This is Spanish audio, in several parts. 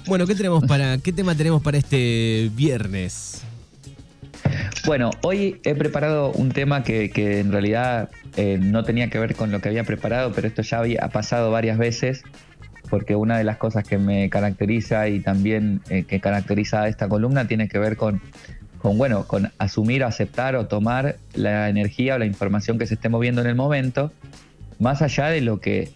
Bueno, ¿qué tema tenemos para este viernes? Bueno, hoy he preparado un tema que en realidad no tenía que ver con lo que había preparado, pero esto ya ha pasado varias veces, porque una de las cosas que me caracteriza y también que caracteriza a esta columna tiene que ver con asumir, aceptar o tomar la energía o la información que se esté moviendo en el momento, más allá de lo que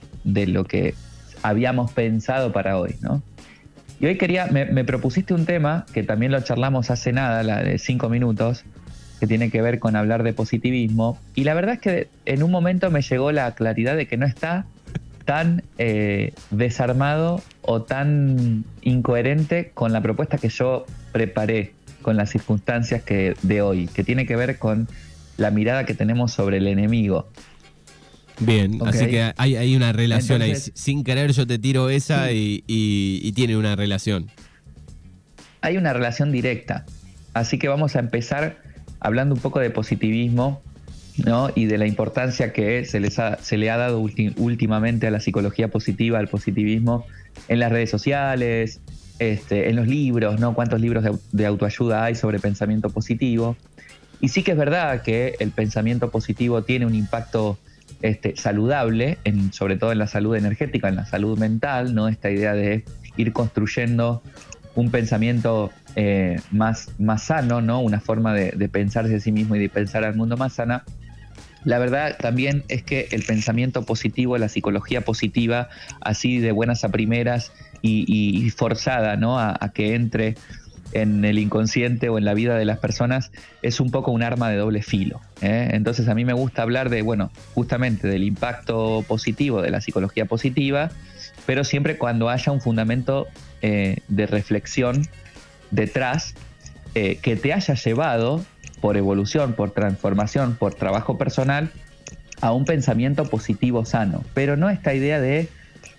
habíamos pensado para hoy, ¿no? Y hoy me propusiste un tema que también lo charlamos hace nada, la de 5 minutos, que tiene que ver con hablar de positivismo. Y la verdad es que en un momento me llegó la claridad de que no está tan desarmado o tan incoherente con la propuesta que yo preparé, con las circunstancias de hoy, que tiene que ver con la mirada que tenemos sobre el enemigo. Bien, Okay. Así que hay una relación. Entonces, ahí. Sin querer yo te tiro esa sí, y tiene una relación. hay una relación directa. Así que vamos a empezar hablando un poco de positivismo, ¿no? Y de la importancia que se le ha dado últimamente a la psicología positiva, al positivismo, en las redes sociales, en los libros, ¿no? Cuántos libros de autoayuda hay sobre pensamiento positivo. Y sí que es verdad que el pensamiento positivo tiene un impacto saludable, sobre todo en la salud energética, en la salud mental, ¿no? Esta idea de ir construyendo un pensamiento más sano, ¿no? Una forma de pensarse a sí mismo y de pensar al mundo más sana. La verdad también es que el pensamiento positivo, la psicología positiva, así de buenas a primeras y forzada, ¿no? a que entre en el inconsciente o en la vida de las personas, es un poco un arma de doble filo, ¿eh? Entonces a mí me gusta hablar justamente del impacto positivo de la psicología positiva, pero siempre cuando haya un fundamento de reflexión detrás, que te haya llevado por evolución, por transformación, por trabajo personal, a un pensamiento positivo sano. Pero no esta idea de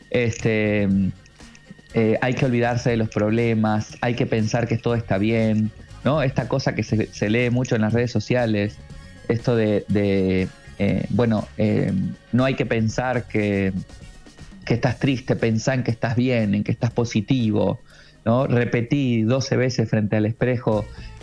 hay que olvidarse de los problemas, hay que pensar que todo está bien, ¿no? Esta cosa que se lee mucho en las redes sociales, esto no hay que pensar que estás triste, pensá en que estás bien, en que estás positivo, ¿no? Repetí 12 veces frente al espejo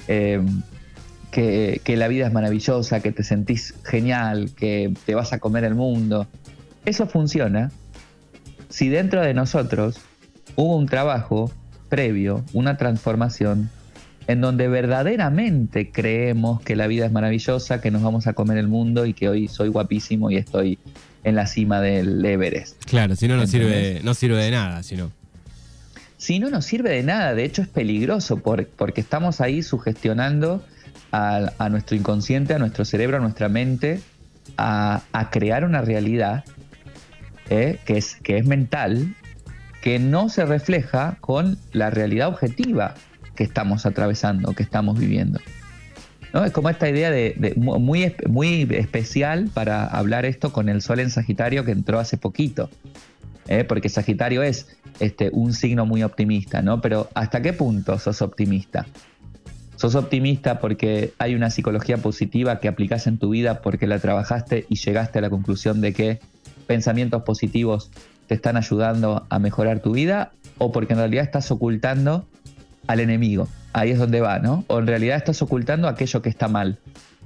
que la vida es maravillosa, que te sentís genial, que te vas a comer el mundo. Eso funciona si dentro de nosotros hubo un trabajo previo, una transformación, en donde verdaderamente creemos que la vida es maravillosa, que nos vamos a comer el mundo y que hoy soy guapísimo y estoy en la cima del Everest. Claro, si no, no sirve de nada, si no. Si no nos sirve de nada, de hecho es peligroso porque estamos ahí sugestionando a nuestro inconsciente, a nuestro cerebro, a nuestra mente, a crear una realidad que es mental, que no se refleja con la realidad objetiva que estamos atravesando, que estamos viviendo, ¿no? Es como esta idea muy especial para hablar esto con el Sol en Sagitario, que entró hace poquito, porque Sagitario es un signo muy optimista, ¿no? Pero ¿hasta qué punto sos optimista? Sos optimista porque hay una psicología positiva que aplicás en tu vida, porque la trabajaste y llegaste a la conclusión de que pensamientos positivos te están ayudando a mejorar tu vida, o porque en realidad estás ocultando al enemigo. Ahí es donde va, ¿no? O en realidad estás ocultando aquello que está mal.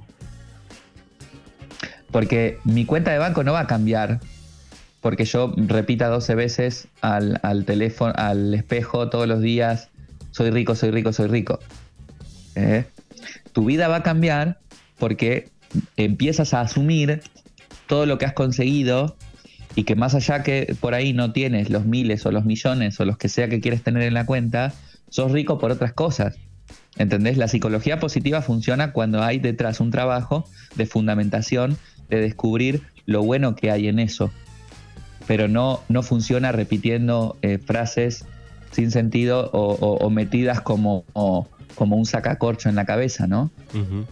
Porque mi cuenta de banco no va a cambiar porque yo repita 12 veces al teléfono, al espejo todos los días: soy rico, soy rico, soy rico. Tu vida va a cambiar porque empiezas a asumir todo lo que has conseguido, y que más allá que por ahí no tienes los miles o los millones o los que sea que quieres tener en la cuenta, sos rico por otras cosas. ¿Entendés? La psicología positiva funciona cuando hay detrás un trabajo de fundamentación, de descubrir lo bueno que hay en eso. Pero no funciona repitiendo frases sin sentido o metidas como un sacacorcho en la cabeza, ¿no? Uh-huh.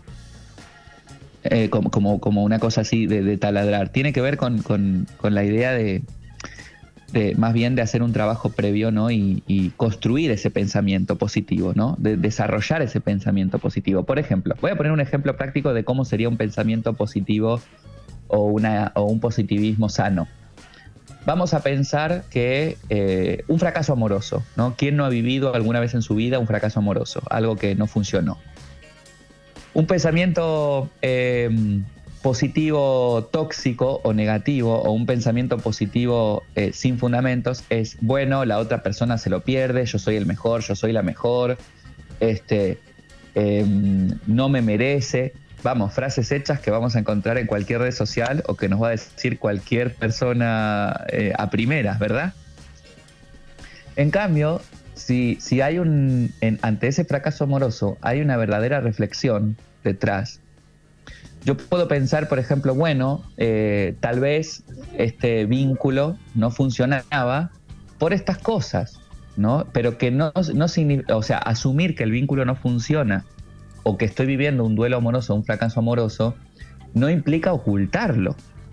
Como una cosa así de taladrar. Tiene que ver con la idea de más bien de hacer un trabajo previo, ¿no? Y construir ese pensamiento positivo, ¿no? De desarrollar ese pensamiento positivo. Por ejemplo, voy a poner un ejemplo práctico de cómo sería un pensamiento positivo o un positivismo sano. vamos a pensar que un fracaso amoroso, ¿no? ¿Quién no ha vivido alguna vez en su vida un fracaso amoroso? Algo que no funcionó. Un pensamiento positivo tóxico o negativo, o un pensamiento positivo sin fundamentos es, bueno, la otra persona se lo pierde, yo soy el mejor, yo soy la mejor, no me merece. Vamos, frases hechas que vamos a encontrar en cualquier red social o que nos va a decir cualquier persona a primeras, ¿verdad? En cambio, si hay ante ese fracaso amoroso hay una verdadera reflexión detrás, yo puedo pensar, por ejemplo, bueno, tal vez este vínculo no funcionaba por estas cosas, ¿no? Pero que no significa, o sea, asumir que el vínculo no funciona o que estoy viviendo un duelo amoroso, un fracaso amoroso, no implica ocultarlo.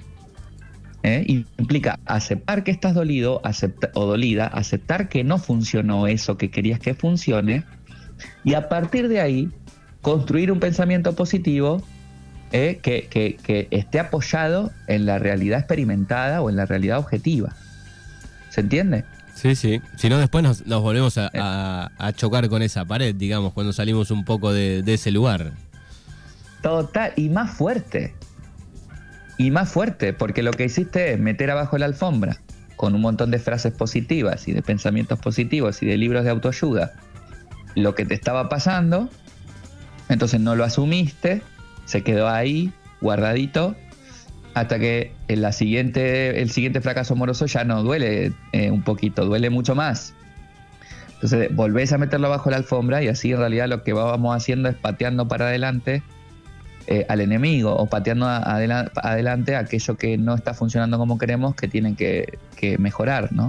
Implica aceptar que estás dolido o dolida, aceptar que no funcionó eso que querías que funcione, y a partir de ahí construir un pensamiento positivo que esté apoyado en la realidad experimentada o en la realidad objetiva. ¿Se entiende? Sí, sí. Si no, después nos volvemos a chocar con esa pared, digamos, cuando salimos un poco de ese lugar. Total, y más fuerte. Y más fuerte, porque lo que hiciste es meter abajo la alfombra con un montón de frases positivas y de pensamientos positivos y de libros de autoayuda lo que te estaba pasando, entonces no lo asumiste, se quedó ahí, guardadito, hasta que el siguiente fracaso amoroso ya no duele un poquito, duele mucho más. Entonces volvés a meterlo bajo la alfombra y así en realidad lo que vamos haciendo es pateando para adelante al enemigo, o pateando adelante aquello que no está funcionando como queremos, que tienen que mejorar, ¿no?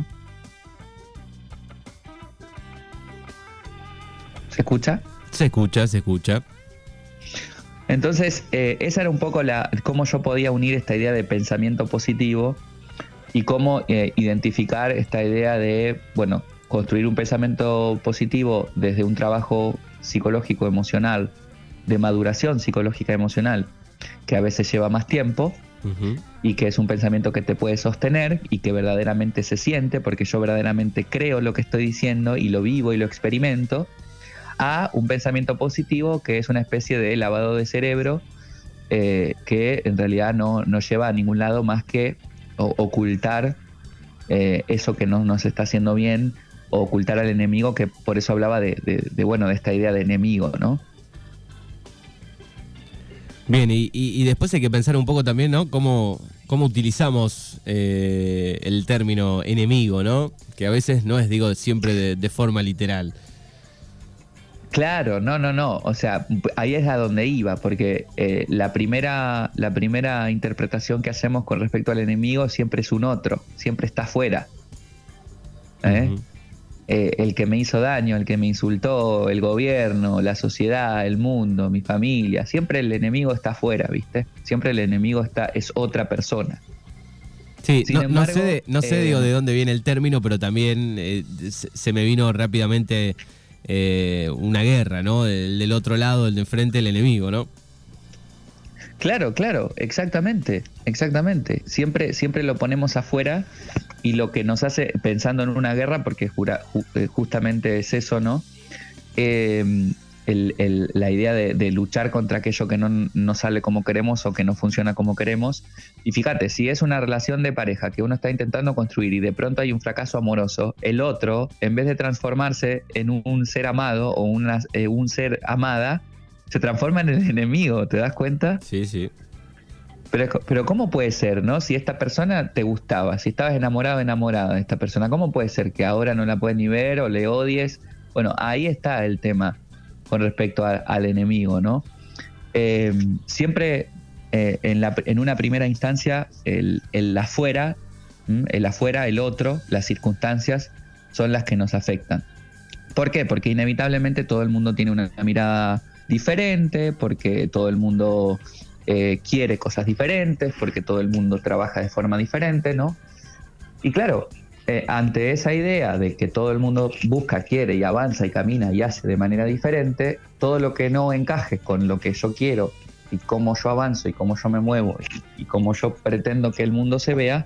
¿Se escucha? Se escucha, se escucha. Entonces, esa era un poco cómo yo podía unir esta idea de pensamiento positivo y cómo identificar esta idea de, bueno, construir un pensamiento positivo desde un trabajo psicológico emocional, de maduración psicológica emocional, que a veces lleva más tiempo, y que es un pensamiento que te puede sostener y que verdaderamente se siente, porque yo verdaderamente creo lo que estoy diciendo y lo vivo y lo experimento, a un pensamiento positivo que es una especie de lavado de cerebro que en realidad no lleva a ningún lado más que ocultar eso que no nos está haciendo bien, o ocultar al enemigo, que por eso hablaba de esta idea de enemigo, ¿no? Bien, y después hay que pensar un poco también, ¿no? Cómo utilizamos el término enemigo, ¿no? Que a veces no es, digo, siempre de forma literal. Claro, no. O sea, ahí es a donde iba, porque la primera interpretación que hacemos con respecto al enemigo siempre es un otro, siempre está afuera. El que me hizo daño, el que me insultó, el gobierno, la sociedad, el mundo, mi familia, siempre el enemigo está afuera, ¿viste? Siempre el enemigo es otra persona. Sí, Sin embargo, no sé digo, de dónde viene el término, pero también se me vino rápidamente una guerra, ¿no? Del otro lado, el de enfrente, el enemigo, ¿no? Claro, exactamente. Siempre lo ponemos afuera, y lo que nos hace, pensando en una guerra, porque justamente es eso, ¿no? La idea de luchar contra aquello que no sale como queremos o que no funciona como queremos. Y fíjate, si es una relación de pareja que uno está intentando construir y de pronto hay un fracaso amoroso, el otro, en vez de transformarse en un ser amado o un ser amada, se transforma en el enemigo, ¿te das cuenta? Sí, sí. Pero ¿cómo puede ser, no? Si esta persona te gustaba, si estabas enamorado o enamorada de esta persona, ¿cómo puede ser que ahora no la puedes ni ver o le odies? Bueno, ahí está el tema con respecto al enemigo, ¿no? Siempre en una primera instancia el afuera, el otro, las circunstancias son las que nos afectan. ¿Por qué? Porque inevitablemente todo el mundo tiene una mirada diferente, porque todo el mundo quiere cosas diferentes, porque todo el mundo trabaja de forma diferente, ¿no? Y claro, ante esa idea de que todo el mundo busca, quiere y avanza y camina y hace de manera diferente, todo lo que no encaje con lo que yo quiero y cómo yo avanzo y cómo yo me muevo y cómo yo pretendo que el mundo se vea,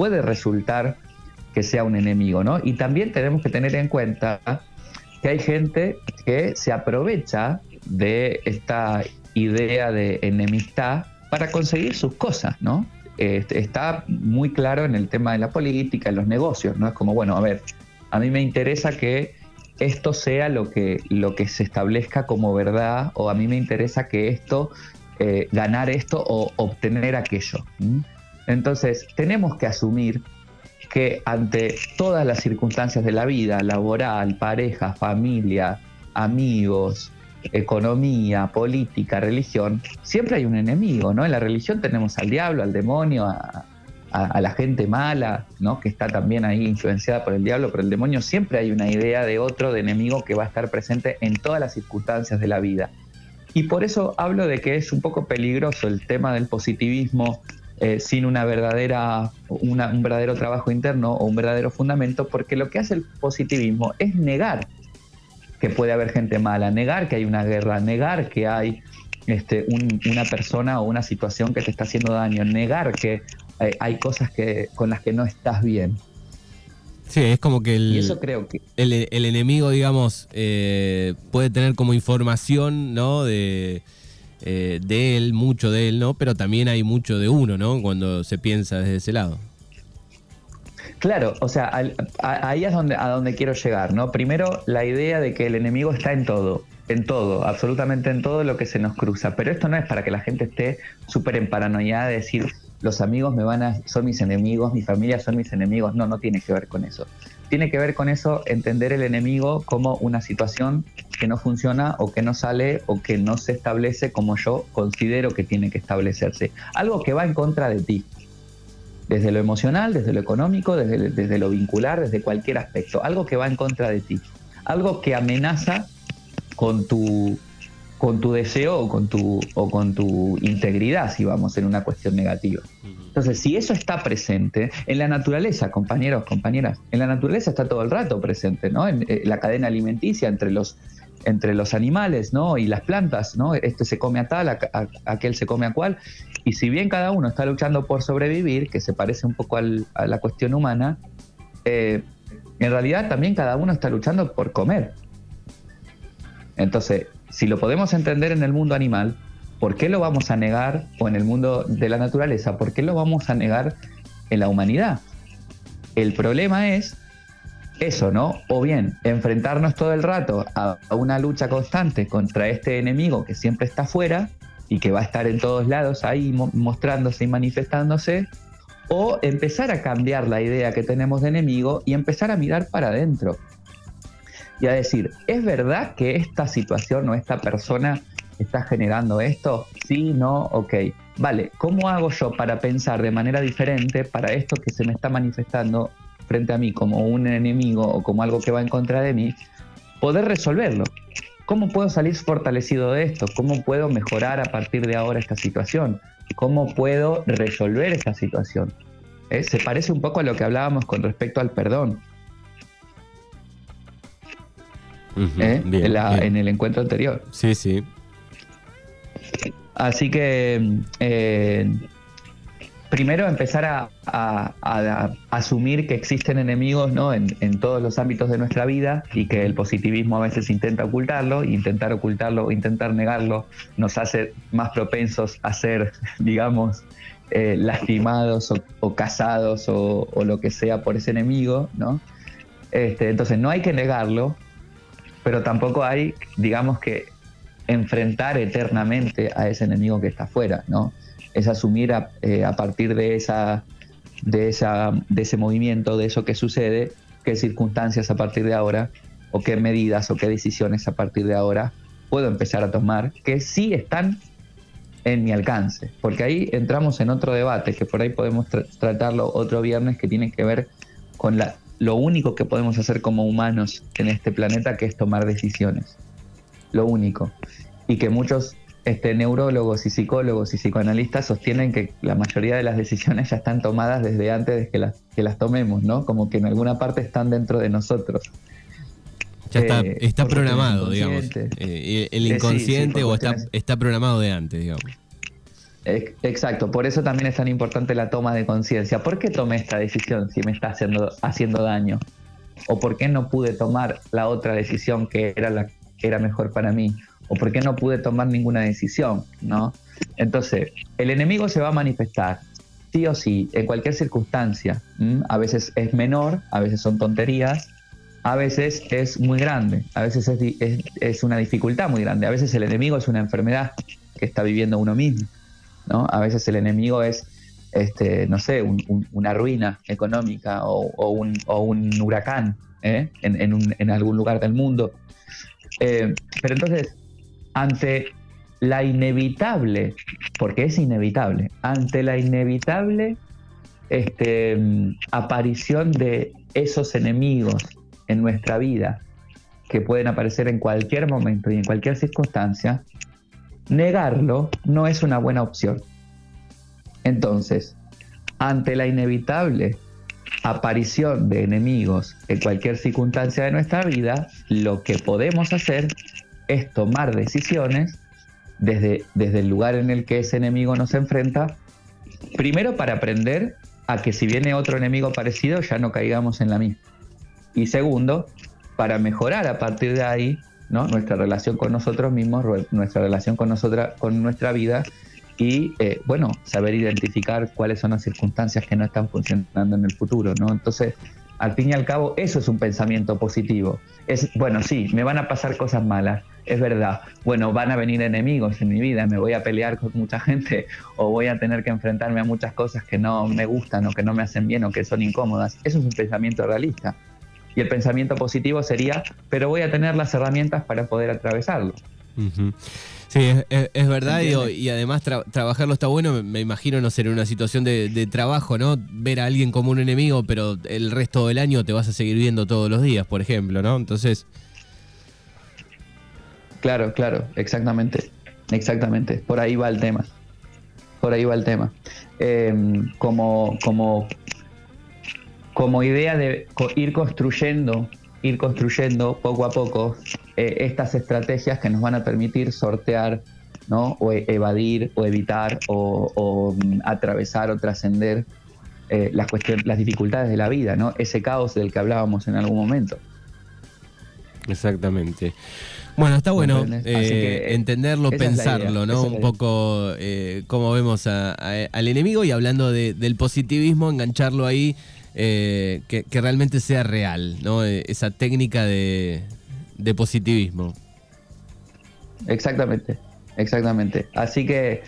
puede resultar que sea un enemigo, ¿no? Y también tenemos que tener en cuenta que hay gente que se aprovecha de esta idea de enemistad para conseguir sus cosas, ¿no? Está muy claro en el tema de la política, en los negocios, ¿no? Es como, bueno, a ver, a mí me interesa que esto sea lo que se establezca como verdad, o a mí me interesa que esto, ganar esto o obtener aquello. Entonces, tenemos que asumir que ante todas las circunstancias de la vida, laboral, pareja, familia, amigos, economía, política, religión, siempre hay un enemigo, ¿no? En la religión tenemos al diablo, al demonio, a la gente mala, ¿no? Que está también ahí influenciada por el diablo, por el demonio. Siempre hay una idea de otro, de enemigo, que va a estar presente en todas las circunstancias de la vida. Y por eso hablo de que es un poco peligroso el tema del positivismo sin un verdadero trabajo interno o un verdadero fundamento, porque lo que hace el positivismo es negar que puede haber gente mala, negar que hay una guerra, negar que hay una persona o una situación que te está haciendo daño, negar que hay cosas con las que no estás bien. Sí, es como que y eso creo que el enemigo, digamos, puede tener como información, ¿no? De él, mucho de él, ¿no? Pero también hay mucho de uno, ¿no? Cuando se piensa desde ese lado. Claro, o sea, ahí es a donde quiero llegar, ¿no? Primero, la idea de que el enemigo está en todo, absolutamente en todo lo que se nos cruza. Pero esto no es para que la gente esté súper en paranoia de decir, los amigos son mis enemigos, mi familia son mis enemigos. No tiene que ver con eso. Tiene que ver con eso, entender el enemigo como una situación que no funciona o que no sale o que no se establece como yo considero que tiene que establecerse. Algo que va en contra de ti. Desde lo emocional, desde lo económico, desde lo vincular, desde cualquier aspecto. Algo que va en contra de ti. Algo que amenaza con tu deseo o con tu integridad, si vamos en una cuestión negativa. Entonces, si eso está presente en la naturaleza, compañeros, compañeras, en la naturaleza está todo el rato presente, ¿no? En la cadena alimenticia entre los animales, ¿no? Y las plantas, ¿no? Este se come a tal, aquel se come a cual. Y si bien cada uno está luchando por sobrevivir, que se parece un poco a la cuestión humana, en realidad también cada uno está luchando por comer. Entonces, si lo podemos entender en el mundo animal, ¿por qué lo vamos a negar? O en el mundo de la naturaleza, ¿por qué lo vamos a negar en la humanidad? El problema es eso, ¿no? O bien, enfrentarnos todo el rato a una lucha constante contra este enemigo que siempre está afuera y que va a estar en todos lados ahí mostrándose y manifestándose, o empezar a cambiar la idea que tenemos de enemigo y empezar a mirar para adentro. Y a decir, ¿es verdad que esta situación o esta persona está generando esto? Sí, no, ok. Vale, ¿cómo hago yo para pensar de manera diferente para esto que se me está manifestando frente a mí como un enemigo o como algo que va en contra de mí, poder resolverlo? ¿Cómo puedo salir fortalecido de esto? ¿Cómo puedo mejorar a partir de ahora esta situación? ¿Cómo puedo resolver esta situación? Se parece un poco a lo que hablábamos con respecto al perdón. Bien, bien. En el encuentro anterior. Sí, sí. Así que primero empezar a asumir que existen enemigos, ¿no? en todos los ámbitos de nuestra vida, y que el positivismo a veces intenta ocultarlo, intentar negarlo nos hace más propensos a ser, digamos, lastimados o cazados o lo que sea por ese enemigo, ¿no? Entonces no hay que negarlo, pero tampoco hay, digamos, que enfrentar eternamente a ese enemigo que está afuera, ¿no? Es asumir a partir de ese movimiento, de eso que sucede, qué circunstancias a partir de ahora, o qué medidas o qué decisiones a partir de ahora puedo empezar a tomar, que sí están en mi alcance. Porque ahí entramos en otro debate, que por ahí podemos tratarlo otro viernes, que tiene que ver con lo único que podemos hacer como humanos en este planeta, que es tomar decisiones. Lo único. Y que muchos neurólogos y psicólogos y psicoanalistas sostienen que la mayoría de las decisiones ya están tomadas desde antes de que las tomemos, ¿no? Como que en alguna parte están dentro de nosotros. Ya está programado, digamos. El inconsciente, sí, o está programado de antes, digamos. Exacto, por eso también es tan importante la toma de conciencia. ¿Por qué tomé esta decisión si me está haciendo daño? ¿O por qué no pude tomar la otra decisión que era la que era mejor para mí? ¿O por qué no pude tomar ninguna decisión? ¿No? Entonces, el enemigo se va a manifestar, sí o sí, en cualquier circunstancia. A veces es menor, a veces son tonterías, a veces es muy grande, a veces es una dificultad muy grande, a veces el enemigo es una enfermedad que está viviendo uno mismo, ¿no? A veces el enemigo es, no sé, una ruina económica o un huracán en algún lugar del mundo. Pero entonces, ante la inevitable, porque es inevitable, ante la inevitable aparición de esos enemigos en nuestra vida, que pueden aparecer en cualquier momento y en cualquier circunstancia, negarlo no es una buena opción. Entonces, ante la inevitable aparición de enemigos en cualquier circunstancia de nuestra vida, lo que podemos hacer es tomar decisiones desde el lugar en el que ese enemigo nos enfrenta, primero para aprender a que si viene otro enemigo parecido ya no caigamos en la misma. Y segundo, para mejorar a partir de ahí, ¿no?, nuestra relación con nosotros mismos, nuestra relación con nuestra vida y, saber identificar cuáles son las circunstancias que no están funcionando en el futuro, ¿no? Entonces, al fin y al cabo, eso es un pensamiento positivo. Sí, me van a pasar cosas malas, es verdad. Bueno, van a venir enemigos en mi vida, me voy a pelear con mucha gente o voy a tener que enfrentarme a muchas cosas que no me gustan o que no me hacen bien o que son incómodas. Eso es un pensamiento realista. Y el pensamiento positivo sería, pero voy a tener las herramientas para poder atravesarlo. Uh-huh. Sí, es verdad, y además trabajarlo está bueno. Me imagino, no sé, en una situación de trabajo, ¿no? Ver a alguien como un enemigo, pero el resto del año te vas a seguir viendo todos los días, por ejemplo, ¿no? Entonces... Claro, exactamente. Por ahí va el tema. Como idea de ir construyendo poco a poco estas estrategias que nos van a permitir sortear, ¿no?, o evadir o evitar o atravesar o trascender las dificultades de la vida, ¿no? Ese caos del que hablábamos en algún momento. Exactamente. Bueno, está bueno entenderlo, pensarlo, ¿no? Un poco cómo vemos al enemigo, y hablando del positivismo, engancharlo ahí, que realmente sea real, ¿no? Esa técnica de positivismo. Exactamente. Así que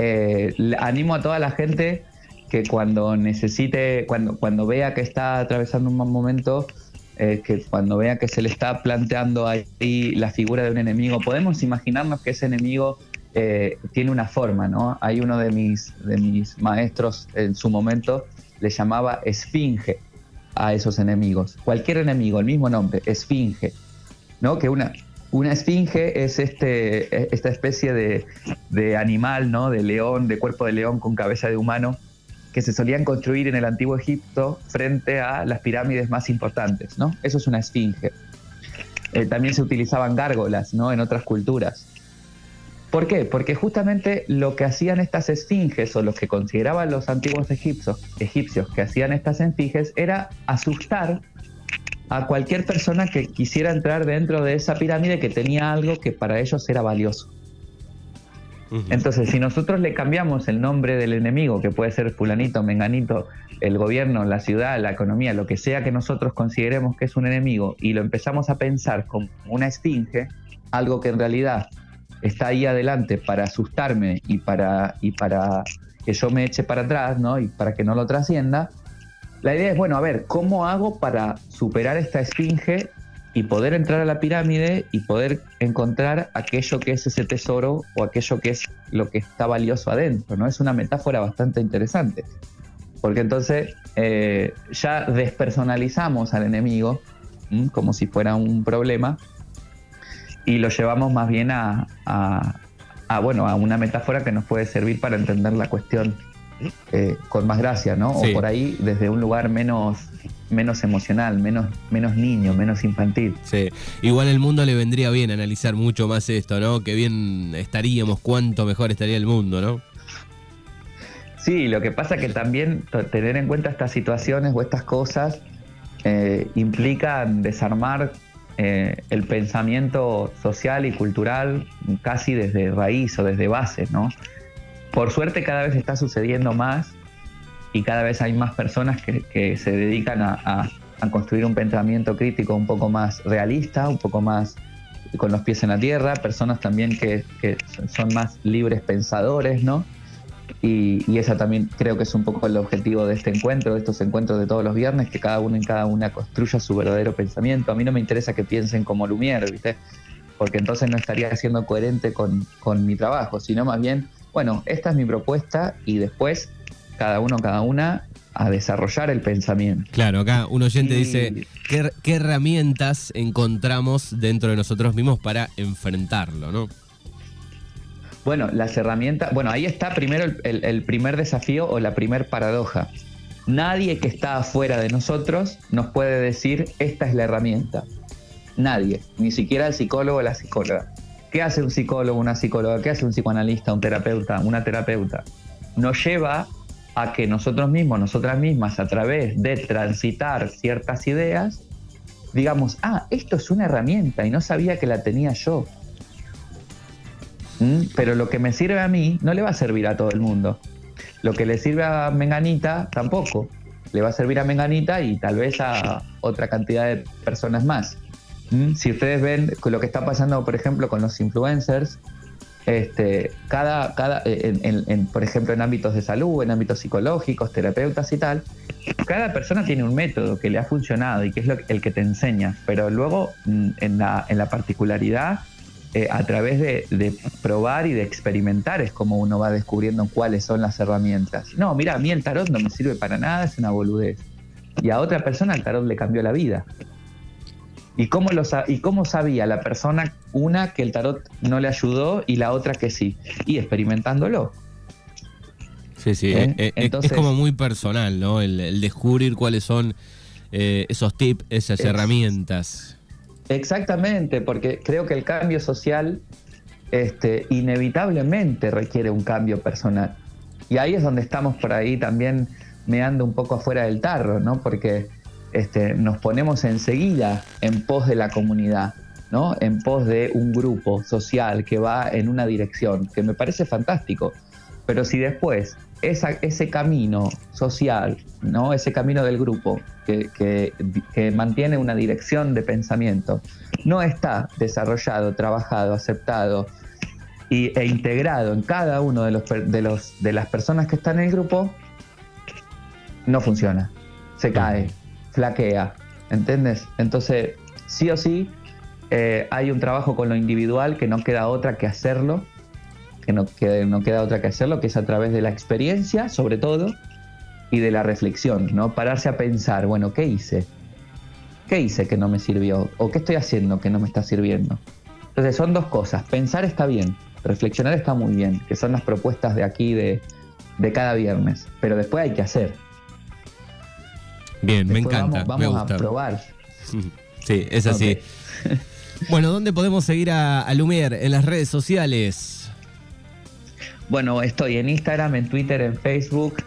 animo a toda la gente que cuando necesite, cuando vea que está atravesando un mal momento, que cuando vea que se le está planteando ahí la figura de un enemigo, podemos imaginarnos que ese enemigo tiene una forma, ¿no? Hay uno de mis maestros en su momento le llamaba esfinge a esos enemigos. Cualquier enemigo, el mismo nombre, esfinge, ¿no? Que una esfinge es esta especie de animal, ¿no?, de león, de cuerpo de león con cabeza de humano, que se solían construir en el antiguo Egipto frente a las pirámides más importantes, ¿no? Eso es una esfinge. También se utilizaban gárgolas, ¿no?, en otras culturas. ¿Por qué? Porque justamente lo que hacían estas esfinges, o lo que consideraban los antiguos egipcios que hacían estas esfinges, era asustar a cualquier persona que quisiera entrar dentro de esa pirámide, que tenía algo que para ellos era valioso. Uh-huh. Entonces, si nosotros le cambiamos el nombre del enemigo, que puede ser fulanito, menganito, el gobierno, la ciudad, la economía, lo que sea que nosotros consideremos que es un enemigo, y lo empezamos a pensar como una esfinge, algo que en realidad está ahí adelante para asustarme y para que yo me eche para atrás, ¿no?, y para que no lo trascienda, la idea es, bueno, a ver, ¿cómo hago para superar esta esfinge y poder entrar a la pirámide y poder encontrar aquello que es ese tesoro, o aquello que es lo que está valioso adentro, ¿no? Es una metáfora bastante interesante, porque entonces ya despersonalizamos al enemigo como si fuera un problema, y lo llevamos más bien a una metáfora que nos puede servir para entender la cuestión con más gracia, ¿no? Sí. O por ahí desde un lugar menos emocional, menos niño, menos infantil. Sí, igual el mundo le vendría bien analizar mucho más esto, ¿no? Qué bien estaríamos, cuánto mejor estaría el mundo, ¿no? Sí, lo que pasa que también tener en cuenta estas situaciones o estas cosas implican desarmar el pensamiento social y cultural casi desde raíz o desde base, ¿no? Por suerte cada vez está sucediendo más y cada vez hay más personas que se dedican a construir un pensamiento crítico un poco más realista, un poco más con los pies en la tierra, personas también que son más libres pensadores, ¿no? Y esa también creo que es un poco el objetivo de este encuentro, de estos encuentros de todos los viernes, que cada uno en cada una construya su verdadero pensamiento. A mí no me interesa que piensen como Lumière, ¿viste? Porque entonces no estaría siendo coherente con mi trabajo, sino más bien, bueno, esta es mi propuesta y después cada uno, cada una, a desarrollar el pensamiento. Claro, acá un oyente dice, ¿qué herramientas encontramos dentro de nosotros mismos para enfrentarlo, ¿no? Bueno, las herramientas... Bueno, ahí está primero el primer desafío o la primer paradoja. Nadie que está afuera de nosotros nos puede decir, esta es la herramienta. Nadie, ni siquiera el psicólogo o la psicóloga. ¿Qué hace un psicólogo, una psicóloga? ¿Qué hace un psicoanalista, un terapeuta, una terapeuta? Nos lleva a que nosotros mismos, nosotras mismas, a través de transitar ciertas ideas, digamos, esto es una herramienta y no sabía que la tenía yo. Pero lo que me sirve a mí no le va a servir a todo el mundo. Lo que le sirve a Menganita tampoco. Le va a servir a Menganita y tal vez a otra cantidad de personas más. Si ustedes ven lo que está pasando, por ejemplo, con los influencers, por ejemplo, en ámbitos de salud, en ámbitos psicológicos, terapeutas y tal, cada persona tiene un método que le ha funcionado y que es el que te enseña. Pero luego, en la particularidad, a través de probar y de experimentar es como uno va descubriendo cuáles son las herramientas. No, mira, a mí el tarot no me sirve para nada, es una boludez. Y a otra persona el tarot le cambió la vida. ¿Y cómo sabía la persona, una, que el tarot no le ayudó y la otra que sí? Y experimentándolo. Sí. Entonces, es como muy personal, ¿no? El descubrir cuáles son esos tips, esas herramientas. Exactamente, porque creo que el cambio social inevitablemente requiere un cambio personal. Y ahí es donde estamos por ahí también meando un poco afuera del tarro, ¿no? Porque nos ponemos enseguida en pos de la comunidad, ¿no? En pos de un grupo social que va en una dirección, que me parece fantástico. Pero si después ese camino social, ¿no? Ese camino del grupo que mantiene una dirección de pensamiento, no está desarrollado, trabajado, aceptado e integrado en cada uno de las personas que están en el grupo, no funciona, se cae, flaquea, ¿entiendes? Entonces, sí o sí, hay un trabajo con lo individual que no queda otra que hacerlo, que es a través de la experiencia, sobre todo, y de la reflexión, ¿no? Pararse a pensar, bueno, ¿qué hice? ¿Qué hice que no me sirvió? ¿O qué estoy haciendo que no me está sirviendo? Entonces son dos cosas. Pensar está bien, reflexionar está muy bien, que son las propuestas de aquí de cada viernes. Pero después hay que hacer. Bien, después me encanta. Vamos me gusta. A probar. Sí, es así. Okay. Bueno, ¿dónde podemos seguir a Lumière? En las redes sociales. Bueno, estoy en Instagram, en Twitter, en Facebook,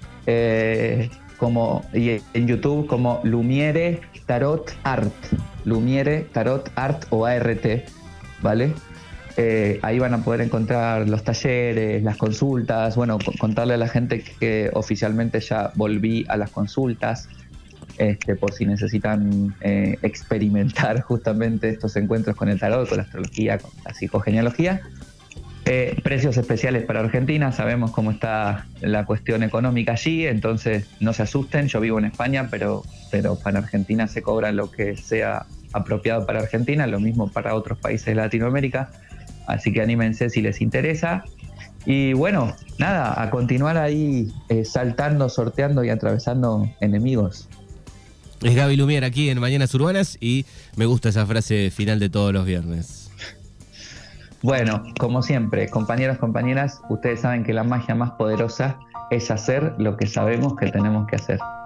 y en YouTube como Lumière Tarot Art. Lumière Tarot Art o ART, ¿vale? Ahí van a poder encontrar los talleres, las consultas. Bueno, contarle a la gente que oficialmente ya volví a las consultas, por si necesitan experimentar justamente estos encuentros con el tarot, con la astrología, con la psicogenealogía. Precios especiales para Argentina, sabemos cómo está la cuestión económica allí, entonces no se asusten, yo vivo en España, pero para Argentina se cobra lo que sea apropiado para Argentina, lo mismo para otros países de Latinoamérica, así que anímense si les interesa. Y bueno, nada, a continuar ahí saltando, sorteando y atravesando enemigos. Es Gaby Lumière aquí en Mañanas Urbanas y me gusta esa frase final de todos los viernes. Bueno, como siempre, compañeros, compañeras, ustedes saben que la magia más poderosa es hacer lo que sabemos que tenemos que hacer.